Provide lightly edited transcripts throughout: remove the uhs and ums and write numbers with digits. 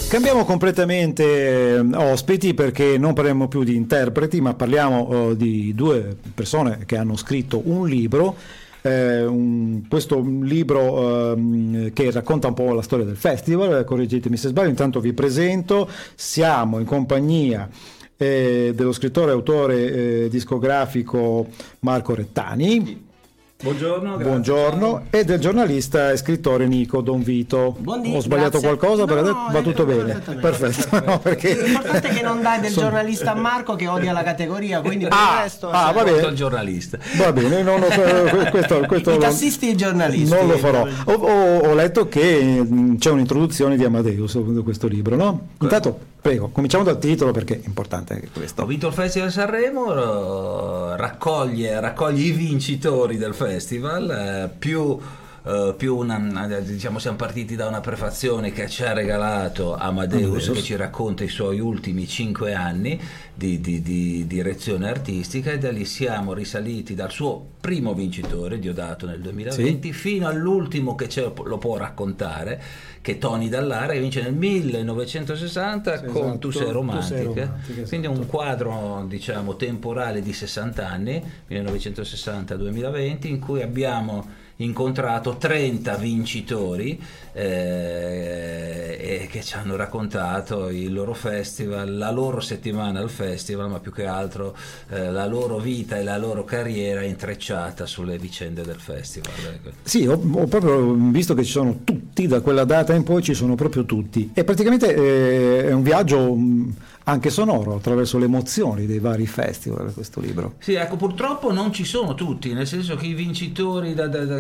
Cambiamo completamente ospiti, perché non parliamo più di interpreti, ma parliamo di due persone che hanno scritto un libro. Questo libro che racconta un po' la storia del festival. Correggetemi se sbaglio. Intanto vi presento, siamo in compagnia dello scrittore e autore discografico Marco Rettani. Buongiorno, grazie. Buongiorno. E del giornalista e scrittore Nico Donvito. Buondì, ho sbagliato grazie. qualcosa? No, va tutto bene, perfetto. No, perché l'importante è che non dai del giornalista a Marco, che odia la categoria, quindi per il resto va bene. Il giornalista. Va bene, questo i tassisti e i giornalisti. Non lo farò. Ho letto che c'è un'introduzione di Amadeus in questo libro, no? Intanto prego, cominciamo dal titolo, perché è importante anche questo. Ho vinto il Festival Sanremo, raccoglie i vincitori del festival, più diciamo, siamo partiti da una prefazione che ci ha regalato Amadeus, che ci racconta i suoi ultimi 5 anni di direzione artistica, e da lì siamo risaliti dal suo primo vincitore, Diodato, nel 2020, fino all'ultimo che lo può raccontare, che è Tony Dallara, che vince nel 1960 con Tu sei romantica, quindi un quadro, diciamo, temporale di 60 anni, 1960-2020, in cui abbiamo incontrato 30 vincitori che ci hanno raccontato il loro festival, la loro settimana al festival, ma più che altro la loro vita e la loro carriera intrecciata sulle vicende del festival. Sì, ho proprio visto che ci sono tutti, da quella data in poi ci sono proprio tutti, e praticamente è un viaggio anche sonoro attraverso le emozioni dei vari festival, questo libro. Sì, ecco, purtroppo non ci sono tutti, nel senso che i vincitori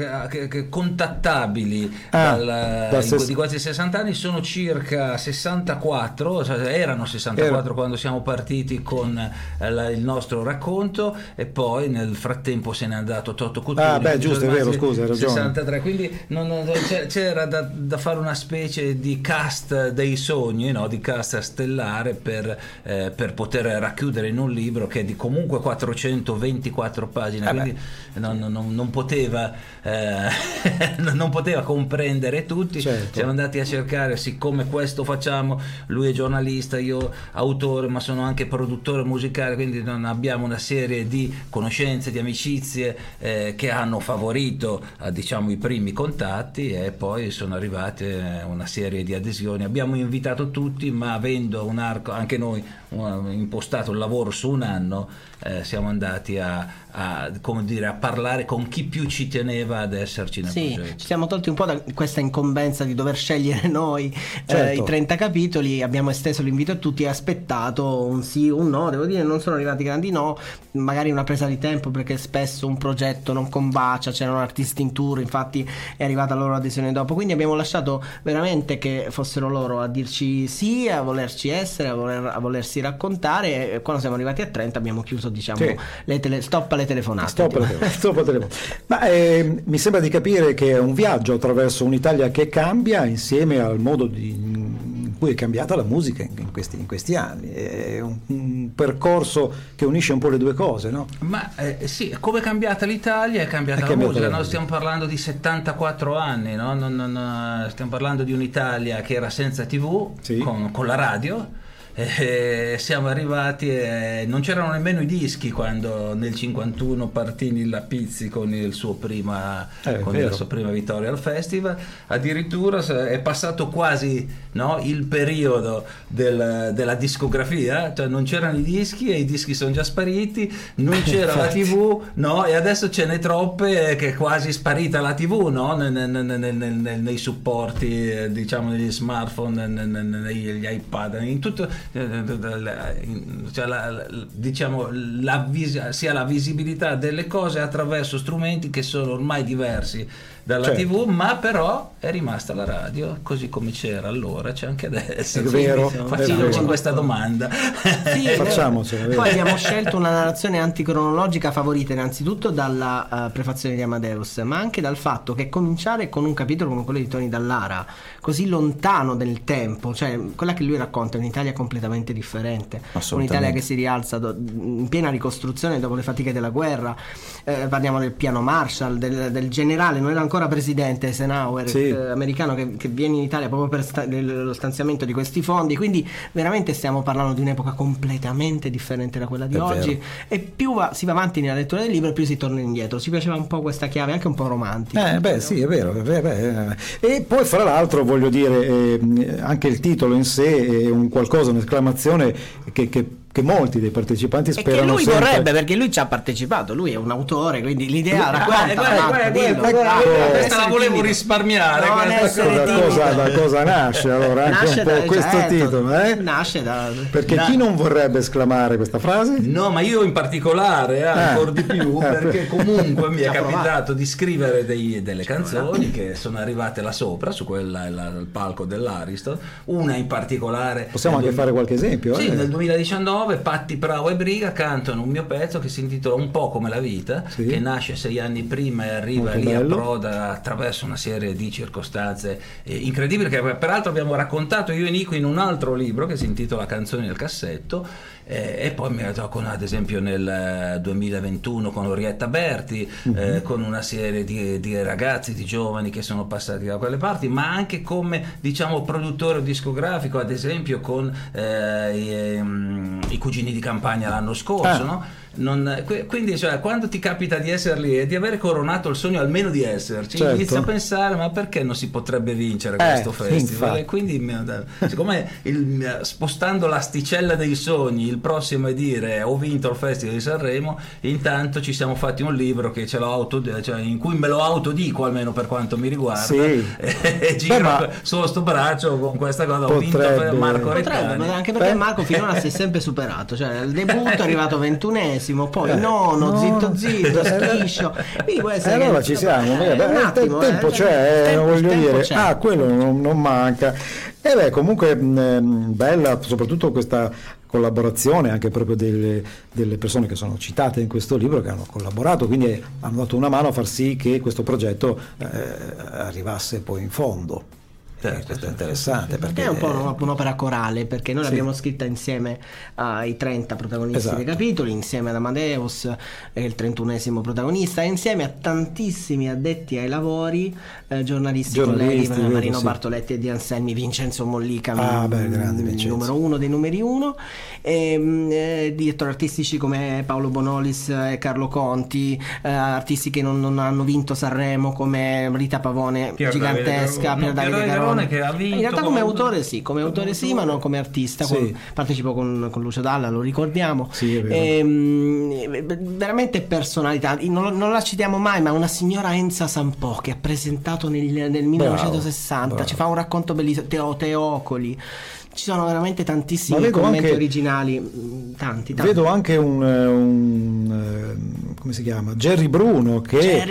contattabili di quasi 60 anni sono circa 64, cioè erano 64 quando siamo partiti con il nostro racconto, e poi nel frattempo se n'è andato Toto Cutugno. Giusto, è vero, scusa, hai ragione. 63, quindi c'era da fare una specie di cast dei sogni, no? Di cast stellare per poter racchiudere in un libro che è di comunque 424 pagine, quindi non poteva non poteva comprendere tutti. Certo. Siamo andati a cercare, siccome questo facciamo, lui è giornalista, io autore, ma sono anche produttore musicale, quindi abbiamo una serie di conoscenze, di amicizie che hanno favorito diciamo i primi contatti, e poi sono arrivate una serie di adesioni. Abbiamo invitato tutti, ma avendo un arco anche noi impostato il lavoro su un anno, siamo andati a parlare con chi più ci teneva ad esserci nel progetto. Ci siamo tolti un po' da questa incombenza di dover scegliere noi certo. I 30 capitoli, abbiamo esteso l'invito a tutti e aspettato un sì, un no. Devo dire, non sono arrivati grandi no, magari una presa di tempo, perché spesso un progetto non combacia, c'erano artisti in tour, infatti è arrivata la loro adesione dopo, quindi abbiamo lasciato veramente che fossero loro a dirci sì, a volerci essere, a volersi raccontare, e quando siamo arrivati a 30 abbiamo chiuso, diciamo, stop alle telefonate. Ma mi sembra di capire che è un viaggio attraverso un'Italia che cambia, insieme al modo in cui è cambiata la musica in questi anni. È un percorso che unisce un po' le due cose, no? Ma sì, come è cambiata l'Italia, è cambiata la musica. Noi stiamo parlando di 74 anni, no? Stiamo parlando di un'Italia che era senza TV, sì, con la radio. Siamo arrivati e non c'erano nemmeno i dischi quando nel 51 partì Nilla Pizzi con la sua prima vittoria al festival. Addirittura è passato quasi, no, il periodo della discografia, cioè non c'erano i dischi e i dischi sono già spariti, non c'era la TV, no, e adesso ce n'è troppe che è quasi sparita la TV, no, nei supporti, diciamo, negli smartphone, negli iPad, in tutto. Diciamo sia la visibilità delle cose attraverso strumenti che sono ormai diversi dalla TV, ma però è rimasta la radio così come c'era allora, c'è anche adesso. È vero, facciamoci questa domanda. Sì, facciamocela. Poi abbiamo scelto una narrazione anticronologica favorita innanzitutto dalla prefazione di Amadeus, ma anche dal fatto che cominciare con un capitolo come quello di Tony Dallara, così lontano nel tempo, cioè quella che lui racconta è un'Italia completamente differente, un'Italia che si rialza in piena ricostruzione dopo le fatiche della guerra. Parliamo del piano Marshall, del generale, non era ancora ancora presidente Eisenhower, americano, che viene in Italia proprio per lo stanziamento di questi fondi, quindi veramente stiamo parlando di un'epoca completamente differente da quella di oggi, e più si va avanti nella lettura del libro più si torna indietro. Ci piaceva un po' questa chiave, anche un po' romantica. Sì, è vero. E poi fra l'altro voglio dire, anche il titolo in sé è un qualcosa, un'esclamazione che molti dei partecipanti sperano, e che lui sempre vorrebbe, perché lui ci ha partecipato, lui è un autore, quindi l'idea racconta. Questa la volevo risparmiare. Da cosa nasce allora? Nasce anche un po' questo titolo, nasce da, perché chi non vorrebbe esclamare questa frase? No, ma io in particolare ancora di più, perché comunque mi è capitato di scrivere delle canzoni che sono arrivate là sopra, su il palco dell'Ariston, una in particolare. Possiamo anche fare qualche esempio? Sì, nel 2019 Patti, Prao e Briga cantano un mio pezzo che si intitola Un po' come la vita, che nasce 6 anni prima e arriva molto lì bello. A Proda attraverso una serie di circostanze incredibili, che peraltro abbiamo raccontato io e Nico in un altro libro che si intitola Canzoni nel cassetto. E poi mi con, ad esempio nel 2021 con Orietta Berti, con una serie di ragazzi, di giovani che sono passati da quelle parti, ma anche come, diciamo, produttore discografico, ad esempio con i Cugini di Campagna l'anno scorso, no? Quindi cioè, quando ti capita di essere lì e di avere coronato il sogno almeno di esserci, inizi a pensare ma perché non si potrebbe vincere questo festival, e quindi siccome spostando l'asticella dei sogni, il prossimo è dire ho vinto il Festival di Sanremo, intanto ci siamo fatti un libro che cioè, in cui me lo autodico, almeno per quanto mi riguarda, e giro solo sto braccio con questa cosa, ho vinto per Marco Rettani, anche perché Marco finora si è sempre superato, cioè il debutto è arrivato 21esimo, poi nono, zitto striscio, allora ci siamo, il tempo c'è, voglio dire, quello non manca. E comunque bella soprattutto questa collaborazione anche proprio delle persone che sono citate in questo libro, che hanno collaborato, quindi hanno dato una mano a far sì che questo progetto arrivasse poi in fondo. Questo è interessante, perché è un po' un'opera corale, perché noi l'abbiamo scritta insieme ai 30 protagonisti dei capitoli, insieme ad Amadeus, il 31esimo protagonista, e insieme a tantissimi addetti ai lavori, giornalisti colleghi, Marino Bartoletti e Di Anselmi, Vincenzo Mollica, numero uno dei numeri uno, direttori artistici come Paolo Bonolis e Carlo Conti, artisti che non hanno vinto Sanremo come Rita Pavone, gigantesca, Pier Davide Garone, che ha vinto in realtà come autore sì, ma non come artista. Partecipò con Lucio Dalla, lo ricordiamo, veramente personalità. Non la citiamo mai, ma una signora Enza Sampò che ha presentato nel 1960, ci fa un racconto bellissimo, Teocoli. Ci sono veramente tantissimi commenti originali, tanti. Vedo anche come si chiama? Jerry Bruno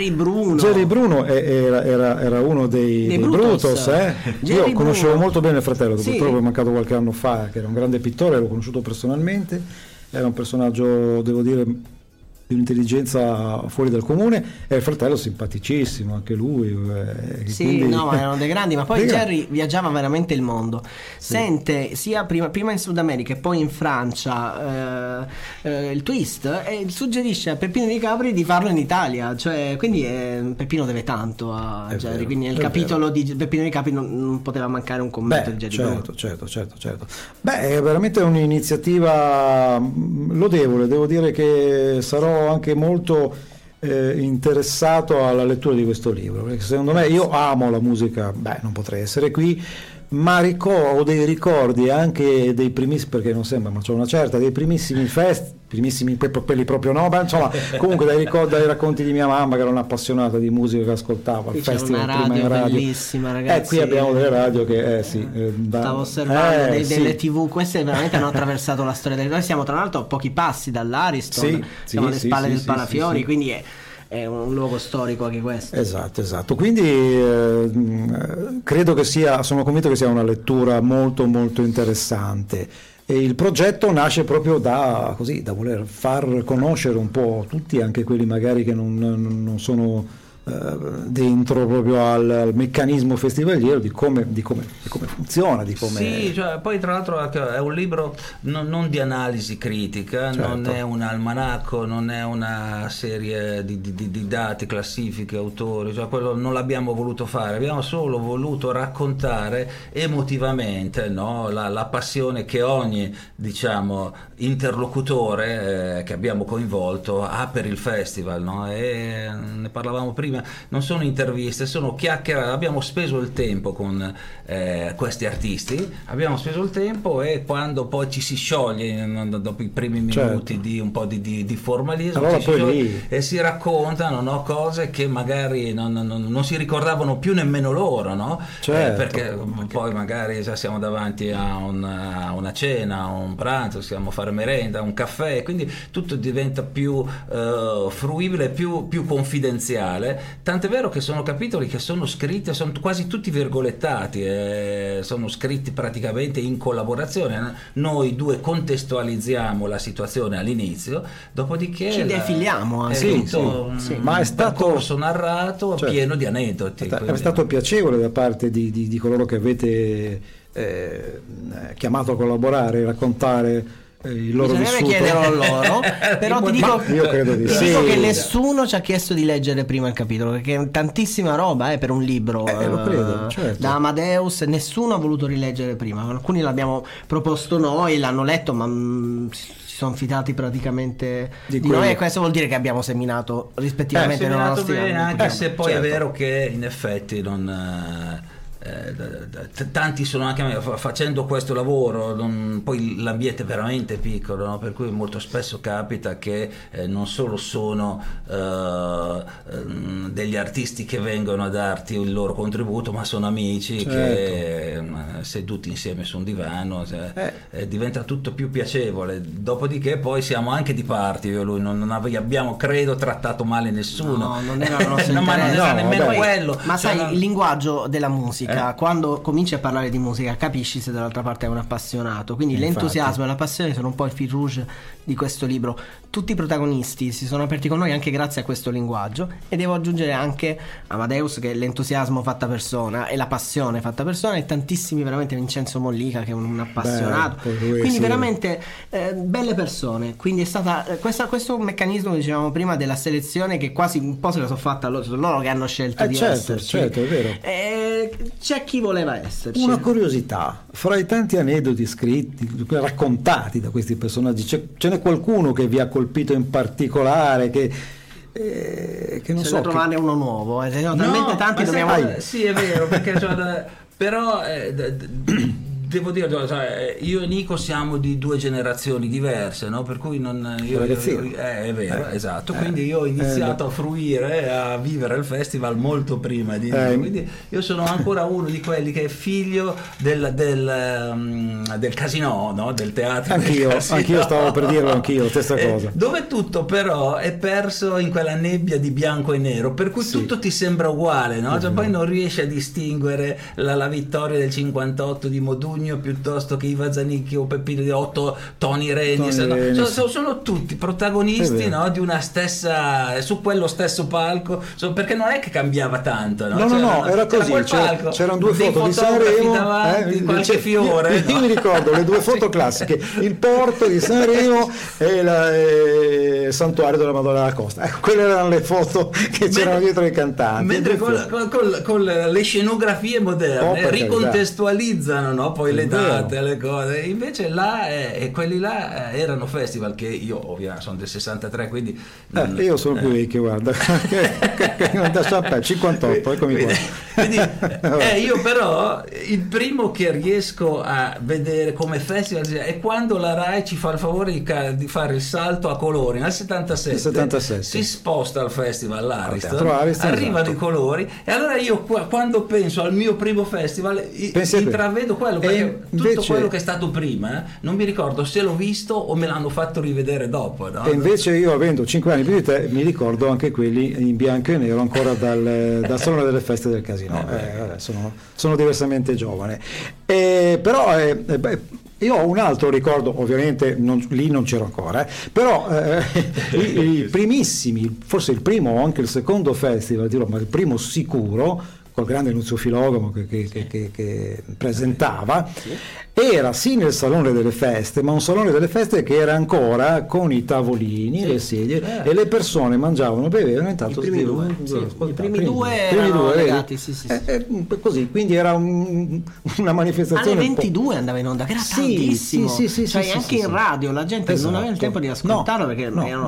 era uno dei Brutus. Io conoscevo molto bene il fratello, che purtroppo è mancato qualche anno fa, che era un grande pittore, l'ho conosciuto personalmente, era un personaggio, devo dire, di un'intelligenza fuori dal comune, e il fratello simpaticissimo anche lui, quindi... ma erano dei grandi, ma poi Jerry viaggiava veramente il mondo, sente sia prima in Sud America e poi in Francia il twist, e suggerisce a Peppino Di Capri di farlo in Italia, cioè, quindi Peppino deve tanto a Jerry, quindi nel capitolo di Peppino Di Capri non poteva mancare un commento di Jerry. Certo. È veramente un'iniziativa lodevole, devo dire che sarò anche molto interessato alla lettura di questo libro, perché secondo me, io amo la musica, non potrei essere qui, ma ho dei ricordi anche dei primissimi, perché non sembra, ma c'è una certa, dei primissimi primissimi quelli proprio no, ma insomma comunque dai racconti di mia mamma, che era un'appassionata di musica, che ascoltava il festival prima in radio, bellissima, ragazzi. Qui abbiamo delle radio che stavo osservando delle TV, queste veramente hanno attraversato la storia noi siamo tra l'altro a pochi passi dall'Ariston, siamo alle spalle del Palafiori, quindi è un luogo storico anche questo. Esatto, quindi credo che sono convinto che sia una lettura molto molto interessante, e il progetto nasce proprio da voler far conoscere un po' tutti, anche quelli magari che non sono dentro proprio al meccanismo festivaliero di come funziona, di come... Sì, cioè, poi tra l'altro è un libro non di analisi critica, certo. Non è un almanacco, non è una serie di dati, classifiche, autori, cioè quello non l'abbiamo voluto fare, abbiamo solo voluto raccontare emotivamente, no? la passione che ogni, diciamo, interlocutore che abbiamo coinvolto ha per il festival, no? E ne parlavamo prima, non sono interviste, sono chiacchiere, abbiamo speso il tempo con questi artisti, abbiamo speso il tempo, e quando poi ci si scioglie dopo i primi minuti, certo. di un po' di formalismo, allora poi e si raccontano, no, cose che magari non si ricordavano più nemmeno loro, no? Certo. Perché poi magari già siamo davanti a una cena, a un pranzo, siamo a fare merenda, un caffè, quindi tutto diventa più fruibile, più confidenziale. Tant'è vero che sono capitoli che sono scritti, sono quasi tutti virgolettati, sono scritti praticamente in collaborazione. Noi due contestualizziamo la situazione all'inizio, dopodiché ci defiliamo anche. Sì. Ma è stato un percorso narrato, certo. Pieno di aneddoti. È stato piacevole da parte di coloro che avete chiamato a collaborare, raccontare il loro vissuto. Chiederlo a loro, però ti dico, io credo di sì. Dico che nessuno ci ha chiesto di leggere prima il capitolo, perché è tantissima roba per un libro, lo credo, certo. Da Amadeus, nessuno ha voluto rileggere prima, alcuni l'abbiamo proposto noi, l'hanno letto, ma si sono fidati praticamente di noi, e questo vuol dire che abbiamo seminato rispettivamente nei nostri bene, anche se poi certo. È vero che in effetti tanti sono anche facendo questo lavoro, poi l'ambiente è veramente piccolo, no? Per cui molto spesso capita che non solo sono degli artisti che vengono a darti il loro contributo, ma sono amici, certo. Che seduti insieme su un divano, diventa tutto più piacevole. Dopodiché poi siamo anche di parte, io e lui non abbiamo, credo, trattato male nessuno. No, non era il nostro ma non era nemmeno quello. Ma sai, il linguaggio della musica, quando cominci a parlare di musica capisci se dall'altra parte è un appassionato, quindi l'entusiasmo e la passione sono un po' il fil rouge di questo libro. Tutti i protagonisti si sono aperti con noi anche grazie a questo linguaggio, e devo aggiungere anche Amadeus, che è l'entusiasmo fatta persona e la passione fatta persona, e tantissimi, veramente, Vincenzo Mollica, che è un appassionato, quindi sì. Veramente belle persone. Quindi è stata questo meccanismo, dicevamo prima, della selezione, che quasi un po' se la sono fatta loro che hanno scelto di esserci. Certo, è vero. C'è chi voleva esserci. Una curiosità: fra i tanti aneddoti scritti, raccontati da questi personaggi, ce n'è qualcuno che vi ha colpito in particolare, che non so, trovarne uno nuovo, talmente tanti dobbiamo. Sì, è vero, perché però devo dire, io e Nico siamo di due generazioni diverse, no? Per cui è vero, esatto. Quindi io ho iniziato a fruire, a vivere il festival molto prima di Nico. Quindi io sono ancora uno di quelli che è figlio del casino, no? Del teatro. Anch'io stavo per dirlo, anch'io, stessa cosa. Dove tutto però è perso in quella nebbia di bianco e nero, per cui tutto ti sembra uguale, no? Cioè, poi non riesci a distinguere la vittoria del 58 di Modugno piuttosto che Iva Zanicchi o Peppino di Otto, Tony Reni, sono tutti protagonisti, no? Di una stessa, su quello stesso palco, perché non è che cambiava tanto, no? No, era così, c'erano due foto di Sanremo davanti, qualche fiore. Io mi ricordo le due foto classiche, il porto di Sanremo e il santuario della Madonna della Costa, quelle erano le foto che c'erano dietro i cantanti, mentre con le scenografie moderne ricontestualizzano, no? Poi le date, le cose. Invece là quelli là erano festival che io ovviamente sono del 63, quindi io sono più vecchio, guarda. 58, eccomi qua. Quindi, io però il primo che riesco a vedere come festival è quando la Rai ci fa il favore di fare il salto a colori nel 77. Si sposta al festival l'Ariston, arrivano, esatto, i colori, e allora io quando penso al mio primo festival intravedo quello, perché tutto quello che è stato prima non mi ricordo se l'ho visto o me l'hanno fatto rivedere dopo, no? E invece io, avendo 5 anni più di te, mi ricordo anche quelli in bianco e nero ancora dal Salone delle Feste del Casino. Sono diversamente giovane, però Io ho un altro ricordo, ovviamente lì non c'ero ancora, però i primissimi, forse il primo o anche il secondo festival, ma il primo sicuro, col grande Nunzio Filogamo che presentava, era sì nel Salone delle Feste, ma un Salone delle Feste che era ancora con i tavolini, le sedie, e le persone mangiavano, bevevano, intanto i primi due erano legati, così, quindi era una manifestazione. Alle 22 andava in onda, che era tantissimo, anche in radio la gente non aveva il tempo di ascoltarlo, perché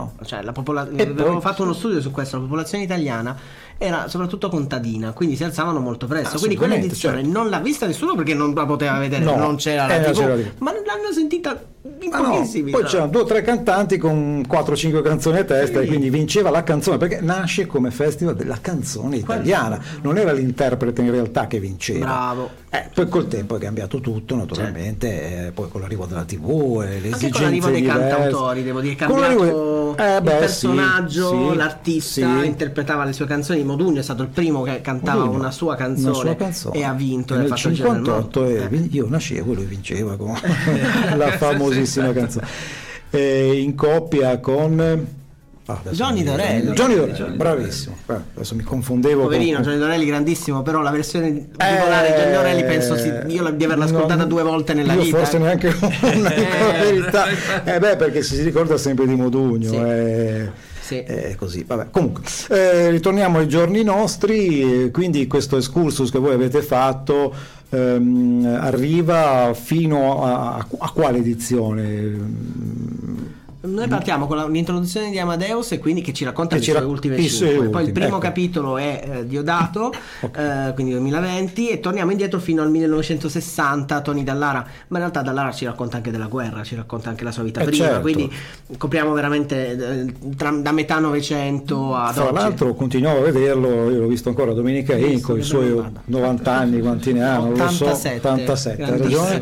avevo fatto uno studio su questo, la popolazione italiana era soprattutto contadina, quindi si alzavano molto presto, quindi quell'edizione non l'ha vista nessuno perché non la poteva vedere, non c'era la TV, ma l'hanno sentita in pochissimi. Poi c'erano 2 o 3 cantanti con 4-5 canzoni a testa, e quindi vinceva la canzone, perché nasce come festival della canzone italiana, non era l'interprete in realtà che vinceva. Bravo. Poi col tempo è cambiato tutto, naturalmente, poi con l'arrivo della TV e le anche con l'arrivo dei cantautori, devo dire, è cambiato il personaggio, l'artista interpretava le sue canzoni. Modugno è stato il primo che cantava una sua canzone e ha vinto nel 58, io nascevo e lui vinceva con la famosissima canzone, in coppia con Johnny Dorelli, bravissimo. Adesso mi confondevo. Poverino Johnny Dorelli, grandissimo, però la versione popolare di Johnny Dorelli penso io di averla ascoltata 2 volte nella vita. Forse neanche una verità. Perché si ricorda sempre di Modugno. Così, vabbè. Comunque, ritorniamo ai giorni nostri, quindi questo excursus che voi avete fatto arriva fino a quale edizione? Noi partiamo con l'introduzione di Amadeus, e quindi che ci racconta le sue ultime 5. Poi il primo capitolo è Diodato, quindi 2020, e torniamo indietro fino al 1960, Tony Dallara, ma in realtà Dallara ci racconta anche della guerra, ci racconta anche la sua vita prima, quindi copriamo veramente da metà Novecento ad oggi. Tra l'altro continuavo a vederlo, io l'ho visto ancora a Domenica In con i suoi 90 anni, quanti ne ha? 87, hai ragione,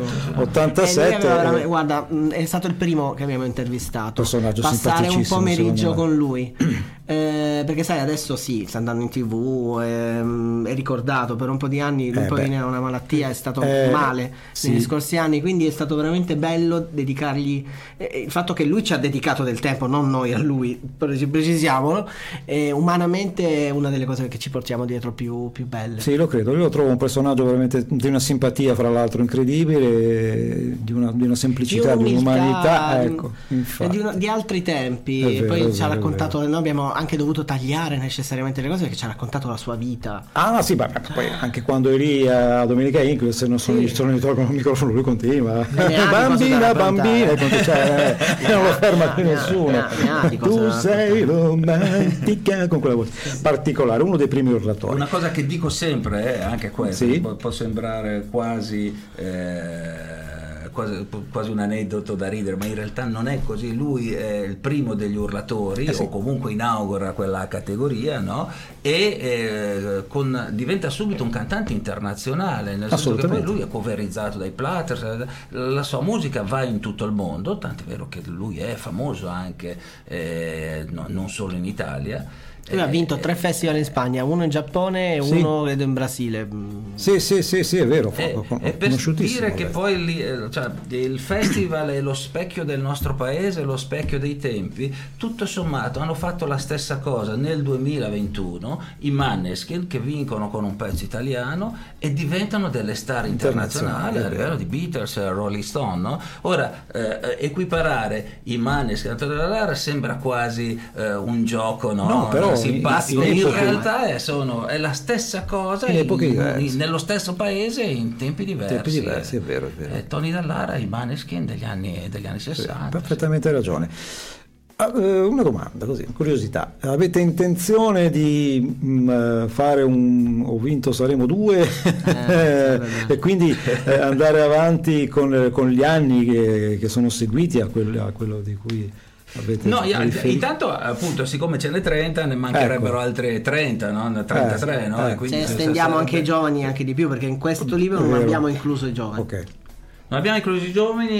87. Guarda, è stato il primo che abbiamo intervistato, personaggio passare un pomeriggio con lui, perché sai, adesso sta andando in TV, è ricordato, per un po' di anni lui poi era una malattia, è stato male negli scorsi anni, quindi è stato veramente bello dedicargli il fatto che lui ci ha dedicato del tempo, non noi a lui, precisiamolo, umanamente è una delle cose che ci portiamo dietro più belle. Sì, lo credo, io lo trovo un personaggio veramente di una simpatia, fra l'altro incredibile, di una semplicità, di un'umanità, infatti. Di altri tempi, poi ci ha raccontato, noi abbiamo anche dovuto tagliare necessariamente le cose perché ci ha raccontato la sua vita. Poi anche quando eri a Domenica In, se non sono gli tolgono il microfono, lui continua bambina, non lo ferma più nessuno. Tu sei romantica, con quella voce particolare, uno dei primi urlatori. Una cosa che dico sempre, anche questo può sembrare quasi un aneddoto da ridere, ma in realtà non è così. Lui è il primo degli urlatori, o comunque inaugura quella categoria, no? E diventa subito un cantante internazionale, nel senso che poi lui è coverizzato dai Platters, la sua musica va in tutto il mondo, tant'è vero che lui è famoso anche non solo in Italia. Lui ha vinto 3 festival in Spagna, uno in Giappone e uno credo in Brasile. Sì, è vero. E per dire che poi il festival è lo specchio del nostro paese, lo specchio dei tempi. Tutto sommato hanno fatto la stessa cosa nel 2021 i Måneskin, che vincono con un pezzo italiano e diventano delle star internazionali a livello di Beatles, Rolling Stone, no? Ora equiparare i Måneskin a sembra quasi un gioco, no? Però simpatico, in realtà è la stessa cosa nello stesso paese in tempi diversi. È vero. Tony Dallara, i Måneskin degli anni 60. Perfettamente ragione. Una domanda, così, curiosità: avete intenzione di fare ho vinto Saremo 2 e quindi andare avanti con gli anni che sono seguiti a quello di cui intanto appunto, siccome ce n'è 30, ne mancherebbero altre 30, no? 33, no? Quindi estendiamo anche i giovani, anche di più, perché in questo libro non abbiamo incluso i giovani. Non abbiamo incluso i giovani,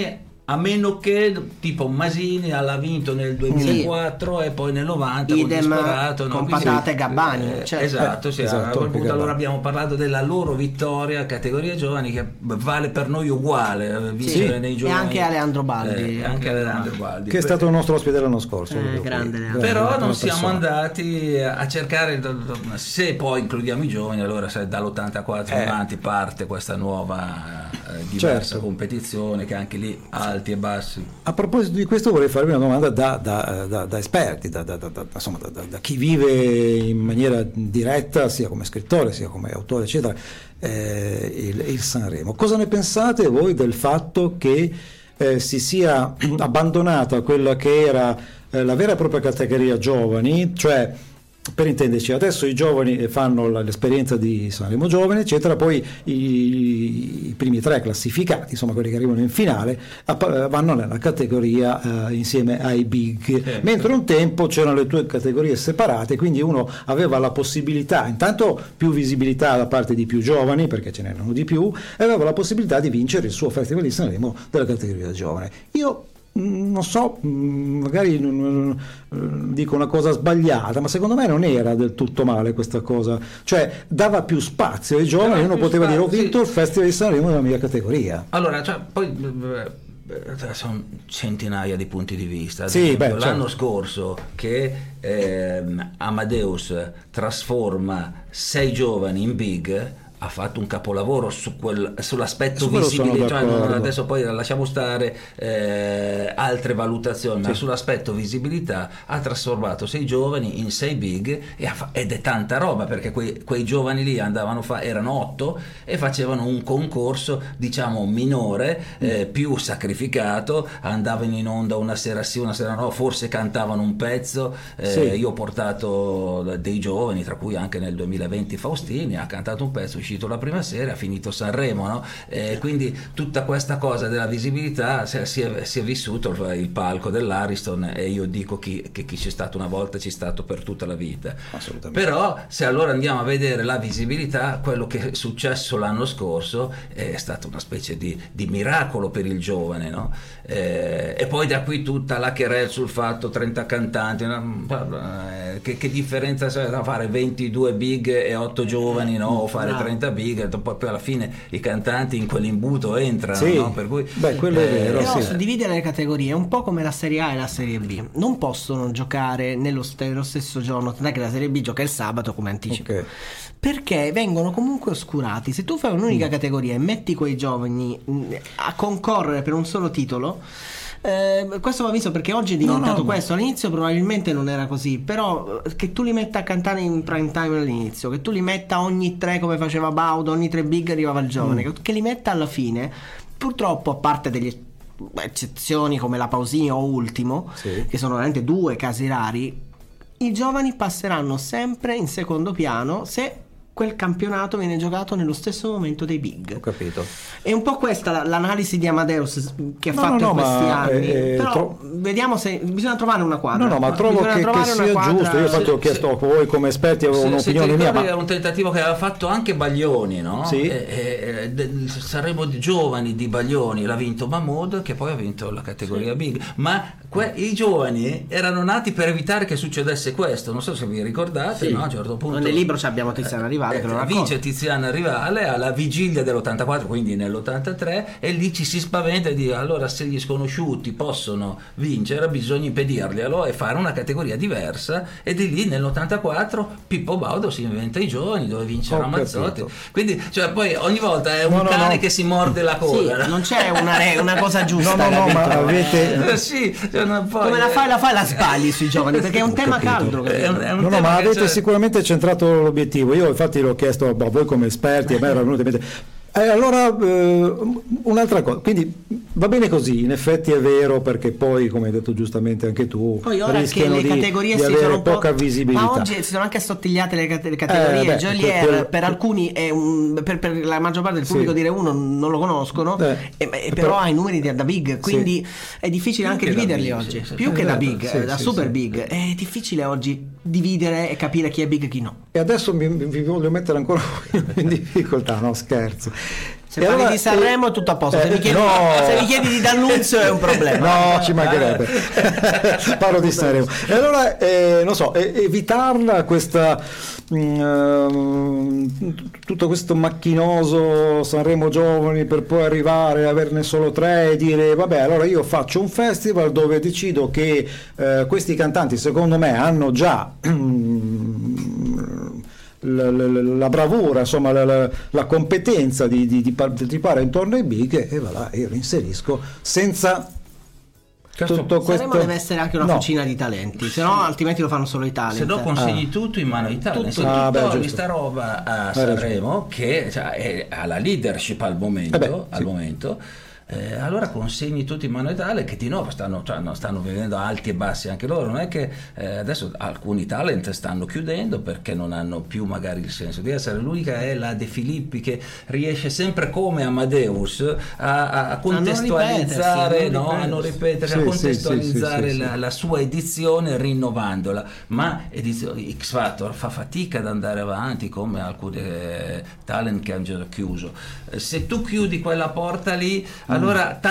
a meno che tipo Masini l'ha vinto nel 2004 e poi nel 90 con Patate e Gabbani, esatto, allora abbiamo parlato della loro vittoria categoria giovani, che vale per noi uguale vincere nei giovani, e anche Aleandro Baldi, che è stato il nostro ospite l'anno scorso, grande. Però non siamo andati a cercare, se poi includiamo i giovani, allora dall'84 in avanti parte questa nuova diversa competizione, che anche lì alti e bassi. A proposito di questo vorrei farvi una domanda da esperti, da chi vive in maniera diretta sia come scrittore sia come autore eccetera il Sanremo. Cosa ne pensate voi del fatto che si sia abbandonata quella che era la vera e propria categoria giovani, cioè, per intenderci, adesso i giovani fanno l'esperienza di Sanremo Giovani eccetera, poi i primi 3 classificati, insomma quelli che arrivano in finale, vanno nella categoria insieme ai big, mentre un tempo c'erano le 2 categorie separate, quindi uno aveva la possibilità, intanto più visibilità da parte di più giovani perché ce n'erano di più, e aveva la possibilità di vincere il suo Festival di Sanremo della categoria giovane. Io non so, magari dico una cosa sbagliata, ma secondo me non era del tutto male questa cosa, cioè dava più spazio ai giovani, uno poteva dire ho vinto il Festival di Sanremo nella mia categoria. Allora, poi sono centinaia di punti di vista. L'anno scorso che Amadeus trasforma 6 giovani in big, ha fatto un capolavoro sull'aspetto visibile, adesso poi lasciamo stare altre valutazioni, ma sull'aspetto visibilità ha trasformato 6 giovani in 6 big, ed è tanta roba, perché quei giovani lì erano 8 e facevano un concorso diciamo minore, più sacrificato, andavano in onda una sera sì una sera no, forse cantavano un pezzo, io ho portato dei giovani, tra cui anche nel 2020 Faustini ha cantato un pezzo, uscito la prima sera, ha finito Sanremo, no? Quindi tutta questa cosa della visibilità si è vissuto il palco dell'Ariston, e io dico che chi c'è stato una volta c'è stato per tutta la vita. Assolutamente. Però se allora andiamo a vedere la visibilità, quello che è successo l'anno scorso è stato una specie di miracolo per il giovane, no? E poi da qui tutta la querel sul fatto 30 cantanti, che differenza c'è da fare 22 big e 8 giovani, no? O fare 30 big, poi alla fine i cantanti in quell'imbuto entrano, no? Per cui quello è vero. Però dividere le categorie è un po' come la Serie A e la Serie B, non possono giocare nello stesso giorno, non è che la Serie B gioca il sabato come anticipo, perché vengono comunque oscurati. Se tu fai un'unica categoria e metti quei giovani a concorrere per un solo titolo, questo va visto, perché oggi è diventato questo. All'inizio probabilmente non era così, però che tu li metta a cantare in prime time all'inizio, che tu li metta ogni 3 come faceva Baudo, ogni 3 big arrivava il giovane, che li metta alla fine, purtroppo, a parte delle eccezioni come la Pausini o Ultimo, che sono veramente 2 casi rari, i giovani passeranno sempre in secondo piano se quel campionato viene giocato nello stesso momento dei big. Ho capito. È un po' questa l'analisi di Amadeus che ha fatto in questi anni. Però vediamo se bisogna trovare una quadra. Ma trovo che sia giusto. Io ho chiesto a voi come esperti, avevo un'opinione mia. Era un tentativo che aveva fatto anche Baglioni, no? Saremo giovani di Baglioni, l'ha vinto Mahmood, che poi ha vinto la categoria big. Ma i giovani erano nati per evitare che succedesse questo. Non so se vi ricordate, no? A un certo punto nel libro abbiamo Tiziana Rivale. Vince Tiziana Rivale alla vigilia dell'84, quindi nell'83, e lì ci si spaventa e dice allora se gli sconosciuti possono vincere bisogna impedirglielo e fare una categoria diversa, e di lì nell'84 Pippo Baudo si inventa i giovani dove vince Ramazzotti, quindi poi ogni volta è un cane che si morde la coda, non c'è una cosa giusta. Ma avete come la fai la sbagli sui giovani, perché è un tema caldo. Ma avete sicuramente centrato l'obiettivo. Io infatti l'ho chiesto a voi come esperti, a me era venuto in mente. Allora un'altra cosa, quindi va bene così, in effetti è vero, perché poi come hai detto giustamente anche tu, poi ora che le categorie di avere sono poca visibilità, ma oggi si sono anche assottigliate le categorie. Joliet per alcuni è per la maggior parte del pubblico dire uno non lo conoscono, però ha i numeri da big, quindi è difficile anche dividerli oggi, più che da big, da super big è difficile oggi dividere e capire chi è big e chi no. E adesso vi voglio mettere ancora in difficoltà, no scherzo. Se parli di Sanremo è tutto a posto, se mi chiedi di D'Annunzio è un problema. No, ci mancherebbe. Parlo di Sanremo. E allora, non so, evitarla questa tutto questo macchinoso Sanremo Giovani per poi arrivare a averne solo 3 e dire vabbè, allora io faccio un festival dove decido che questi cantanti secondo me hanno già la bravura, insomma la competenza di partecipare intorno ai big, e voilà, io li inserisco senza tutto questo. Sanremo deve essere anche una fucina di talenti, se no altrimenti lo fanno solo i talent. Se no consegni tutto in mano ai talent, se tu togli sta roba a Sanremo che ha la leadership al momento, allora consegni tutto in mano ai talent, che di nuovo stanno vivendo alti e bassi anche loro. Non è che adesso alcuni talent stanno chiudendo perché non hanno più magari il senso di essere. L'unica è la De Filippi, che riesce sempre come Amadeus a contestualizzare, a non ripetersi, a contestualizzare la sua edizione rinnovandola, ma X Factor fa fatica ad andare avanti come alcuni talent che hanno già chiuso. Se tu chiudi quella porta lì, allora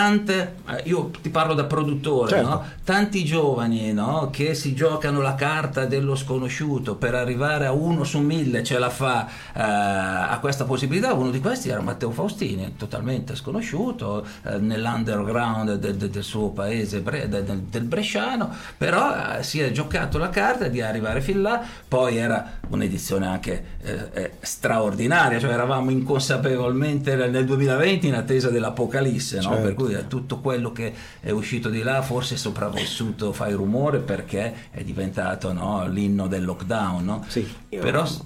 io ti parlo da produttore, certo. No? Tanti giovani, no? Che si giocano la carta dello sconosciuto per arrivare a 1 su 1000 ce la fa a questa possibilità. Uno di questi era Matteo Faustini, totalmente sconosciuto nell'underground del suo paese, del bresciano, però si è giocato la carta di arrivare fin là. Poi era un'edizione anche straordinaria, cioè eravamo inconsapevolmente nel 2020 in attesa dell'apocalisse, no? Certo. Per cui tutto quello che è uscito di là forse è sopravvissuto, fai rumore, perché è diventato, no, l'inno del lockdown, no? Sì. Io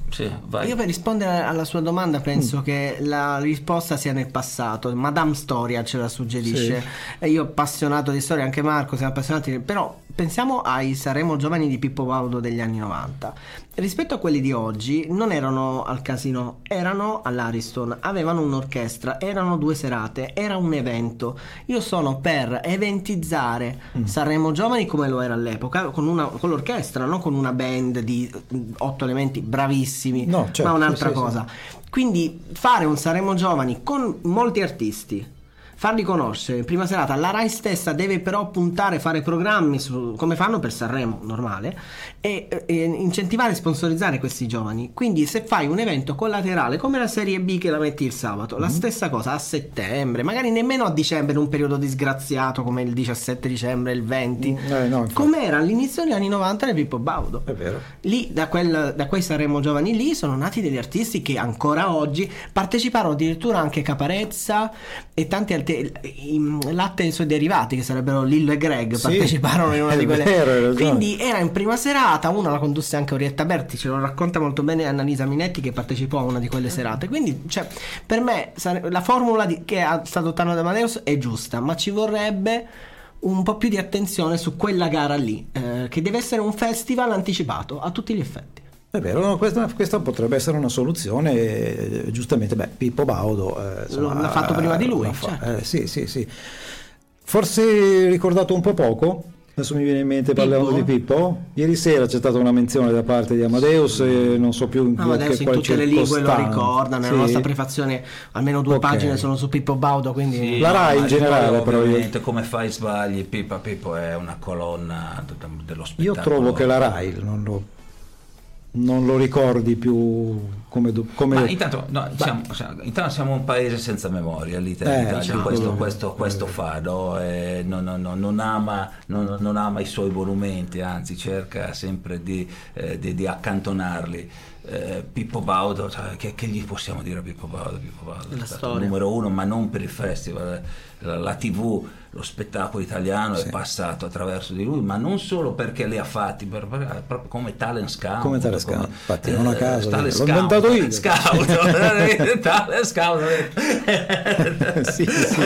per rispondere alla sua domanda penso che la risposta sia nel passato. Madame Storia ce la suggerisce, sì. E io appassionato di storia, anche Marco siamo appassionati, però pensiamo ai Sanremo Giovani di Pippo Baudo degli anni 90. Rispetto a quelli di oggi, non erano al casino, erano all'Ariston, avevano un'orchestra, erano 2 serate, era un evento. Io sono per eventizzare Sanremo Giovani come lo era all'epoca, con l'orchestra, non con una band di 8 elementi bravissimi, no, certo, ma un'altra cosa. Quindi fare un Sanremo Giovani con molti artisti, farli conoscere in prima serata. La Rai stessa deve però puntare, fare programmi come fanno per Sanremo normale, e incentivare e sponsorizzare questi giovani. Quindi se fai un evento collaterale come la Serie B che la metti il sabato, la stessa cosa a settembre, magari nemmeno a dicembre, in un periodo disgraziato come il 17 dicembre, il 20, come era all'inizio degli anni 90 nel Pippo Baudo. È vero. Lì da quei Sanremo Giovani lì sono nati degli artisti che ancora oggi parteciparono, addirittura anche Caparezza e tanti altri, Latte e i suoi derivati, che sarebbero Lillo e Greg, parteciparono in una di quelle. Vero, quindi era in prima serata, una la condusse anche Orietta Berti, ce lo racconta molto bene Annalisa Minetti, che partecipò a una di quelle serate. Quindi per me la formula che sta adottando Amadeus è giusta, ma ci vorrebbe un po' più di attenzione su quella gara lì, che deve essere un festival anticipato a tutti gli effetti. È vero, no, questa potrebbe essere una soluzione, giustamente. Pippo Baudo l'ha fatto prima di lui, certo. Sì. Forse ricordato un po' poco. Adesso mi viene in mente, parlando di Pippo, ieri sera c'è stata una menzione da parte di Amadeus, non so più in tutte le lingue lo ricordano. Nella nostra prefazione almeno 2 pagine sono su Pippo Baudo, quindi la Rai in generale, però ovviamente come fai sbagli, Pippo è una colonna dello spettacolo. Io trovo che la Rai non lo ricordi più come ma intanto siamo un paese senza memoria, l'Italia, questo fa, no? Non ama i suoi monumenti, anzi cerca sempre di accantonarli. Pippo Baudo, che gli possiamo dire a Pippo Baudo? È stato il numero 1, ma non per il festival. La TV, lo spettacolo italiano è passato attraverso di lui, ma non solo perché li ha fatti, proprio come talent scout. Infatti non a caso l'ho inventato io. Talent scout. sì.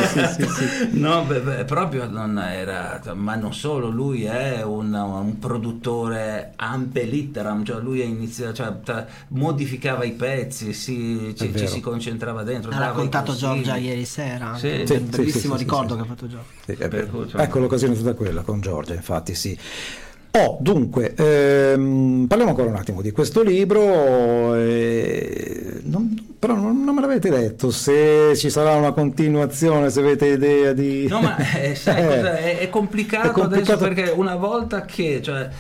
No, proprio non era, ma non solo, lui è un produttore ampe litteram, cioè lui modificava i pezzi, ci si concentrava dentro. Ha raccontato Giorgia ieri sera, bellissimo ricordo che ha fatto Giorgia. Ecco, l'occasione è stata quella con Giorgia, infatti sì. Dunque, parliamo ancora un attimo di questo libro, Però non me l'avete detto se ci sarà una continuazione, se avete idea di... No, ma sai cosa? È complicato adesso, perché una volta che...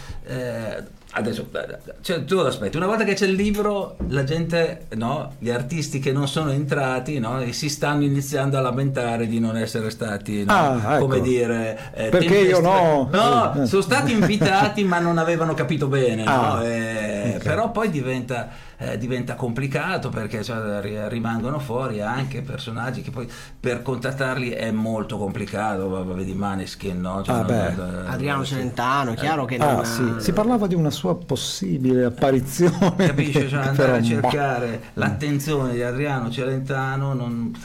adesso, tu aspetti, una volta che c'è il libro, la gente, no, gli artisti che non sono entrati, no, si stanno iniziando a lamentare di non essere stati, no, ecco. Come dire, perché io no, sono stati invitati ma non avevano capito bene, no? Okay. Però poi diventa complicato, perché rimangono fuori anche personaggi che poi per contattarli è molto complicato. Vedi Maneskin, no? Adriano Celentano, chiaro che si parlava di una sua possibile apparizione, capisci? Andare a cercare l'attenzione di Adriano Celentano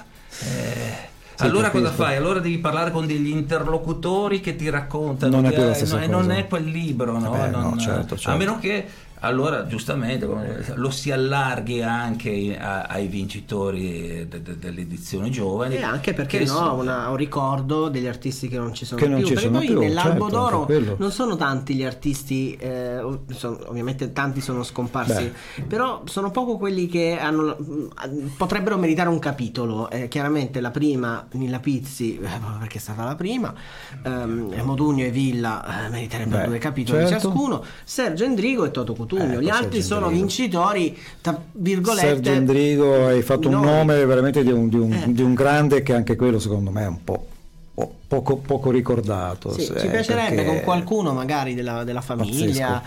allora cosa fai? Allora devi parlare con degli interlocutori che ti raccontano, non è più la stessa cosa. Non è quel libro, no? Certo. A meno che allora giustamente lo si allarghi anche ai vincitori delle edizioni giovani, e anche perché un ricordo degli artisti che non ci sono più, perché poi più, nell'Albo d'Oro non sono tanti gli artisti, ovviamente tanti sono scomparsi, però sono poco quelli che potrebbero meritare un capitolo. Chiaramente la prima, Nilla Pizzi, perché è stata la prima, Modugno e Villa meriterebbero 2 capitoli ciascuno, Sergio Endrigo e Toto Cutugno. Gli altri sono vincitori, tra virgolette. Sergio Endrigo, hai fatto un nome veramente di un grande, che anche quello secondo me è un po' poco ricordato. Ci piacerebbe con qualcuno magari della famiglia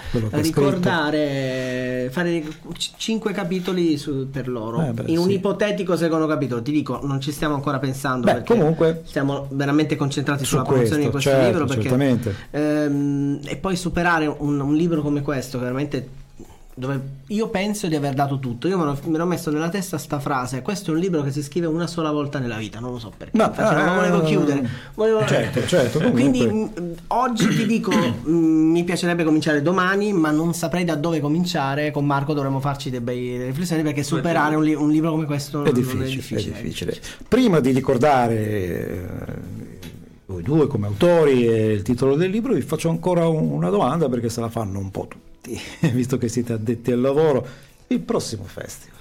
ricordare, fare 5 capitoli per loro, in un ipotetico secondo capitolo. Ti dico, non ci stiamo ancora pensando, perché comunque stiamo veramente concentrati sulla promozione di questo libro, perché e poi superare un libro come questo, veramente, dove io penso di aver dato tutto. Io me l'ho messo nella testa sta frase: questo è un libro che si scrive una sola volta nella vita. Non lo so perché, non volevo chiudere, certo. Quindi oggi ti dico, mi piacerebbe cominciare domani, ma non saprei da dove cominciare. Con Marco dovremmo farci delle riflessioni, perché superare un libro come questo è difficile. Prima di ricordare voi due come autori e il titolo del libro, vi faccio ancora una domanda, perché se la fanno un po' tutti, visto che siete addetti al lavoro. Il prossimo festival,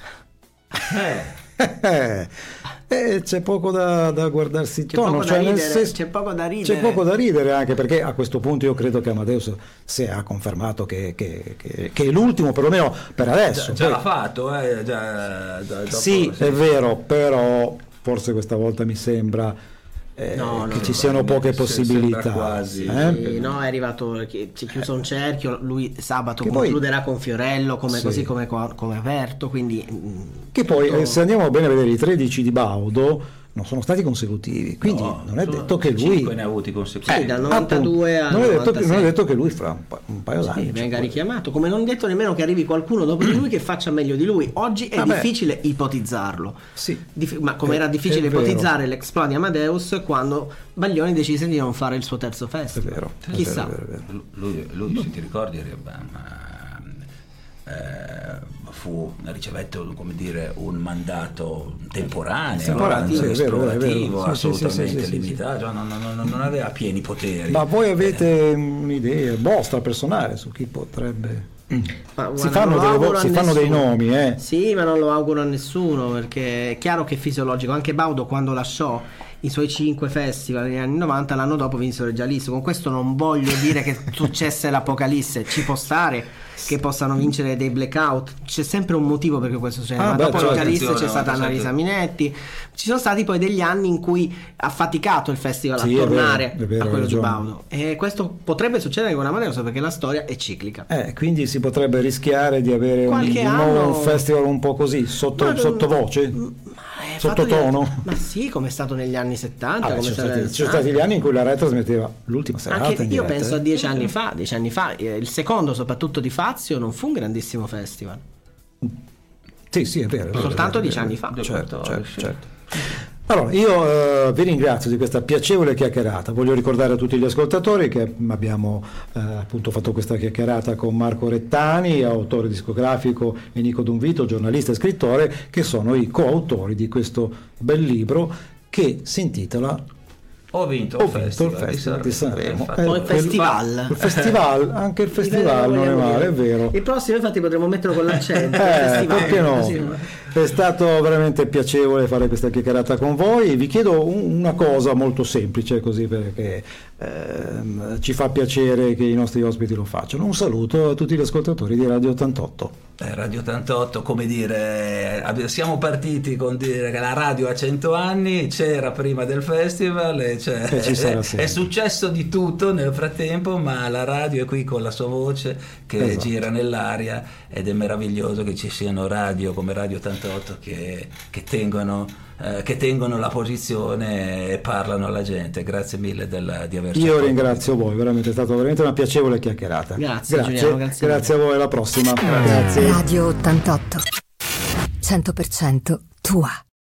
c'è poco da guardarsi intorno, c'è poco da ridere. C'è poco da ridere, anche perché a questo punto io credo che Amadeus si ha confermato che è l'ultimo, perlomeno per adesso. Già l'ha fatto, sì, è vero, però forse questa volta mi sembra che ci siano poche possibilità. Quasi. Sì, è arrivato, si è chiuso un cerchio. Lui sabato concluderà con Fiorello, così come aperto, quindi che poi se andiamo bene a vedere i 13 di Baudo non sono stati consecutivi, quindi non è detto che lui 5 ne ha avuti consecutivi, dal 92 al 96. Non è detto che lui fra un paio d'anni venga richiamato, come non è detto nemmeno che arrivi qualcuno dopo di lui che faccia meglio di lui. Oggi è difficile ipotizzarlo, ma come era difficile ipotizzare l'exploit di Amadeus quando Baglioni decise di non fare il suo terzo festival. È vero, chissà. È vero. Lui se ti ricordi ricevette, come dire, un mandato temporaneo, esplorativo, assolutamente limitato, non aveva pieni poteri. Ma voi avete un'idea vostra personale su chi potrebbe? Si fanno dei nomi, Sì, ma non lo auguro a nessuno, perché è chiaro che è fisiologico. Anche Baudo, quando lasciò i suoi 5 festival negli anni 90, l'anno dopo vinsero il Giallisto. Con questo non voglio dire che successe l'apocalisse, ci può stare che possano vincere dei blackout, c'è sempre un motivo perché questo succede. Ma dopo il Giallisto c'è stata Annalisa Minetti, ci sono stati poi degli anni in cui ha faticato il festival a tornare a quello di Baudo, e questo potrebbe succedere con Amadeus, perché la storia è ciclica, quindi si potrebbe rischiare di avere un festival un po' così sottovoce, sottotono. Ma sì, come è stato negli anni 70. Ci sono stati gli anni in cui la Rai trasmetteva l'ultima serata. Anche io penso a 10 anni fa, il secondo soprattutto di Fazio non fu un grandissimo festival. Sì, è vero. Soltanto 10 anni fa. Certo. Allora, io vi ringrazio di questa piacevole chiacchierata. Voglio ricordare a tutti gli ascoltatori che abbiamo appunto fatto questa chiacchierata con Marco Rettani, autore discografico, e Nico Dunvito, giornalista e scrittore, che sono i coautori di questo bel libro che si intitola Ho vinto il festival di Sanremo. Il festival, anche il festival non è male, è vero. Il prossimo infatti potremmo metterlo con l'accento. Perché no? È stato veramente piacevole fare questa chiacchierata con voi. Vi chiedo una cosa molto semplice, così, perché ci fa piacere che i nostri ospiti lo facciano. Un saluto a tutti gli ascoltatori di Radio 88. Radio 88, come dire, siamo partiti con dire che la radio ha 100 anni, c'era prima del festival e è successo di tutto nel frattempo, ma la radio è qui con la sua voce che gira nell'aria, ed è meraviglioso che ci siano radio come Radio 88 che tengono la posizione e parlano alla gente. Grazie mille di averci. Io ringrazio voi, veramente è stata veramente una piacevole chiacchierata. Grazie Giuliano, grazie a voi, alla prossima. Grazie. Radio 88 100% tua.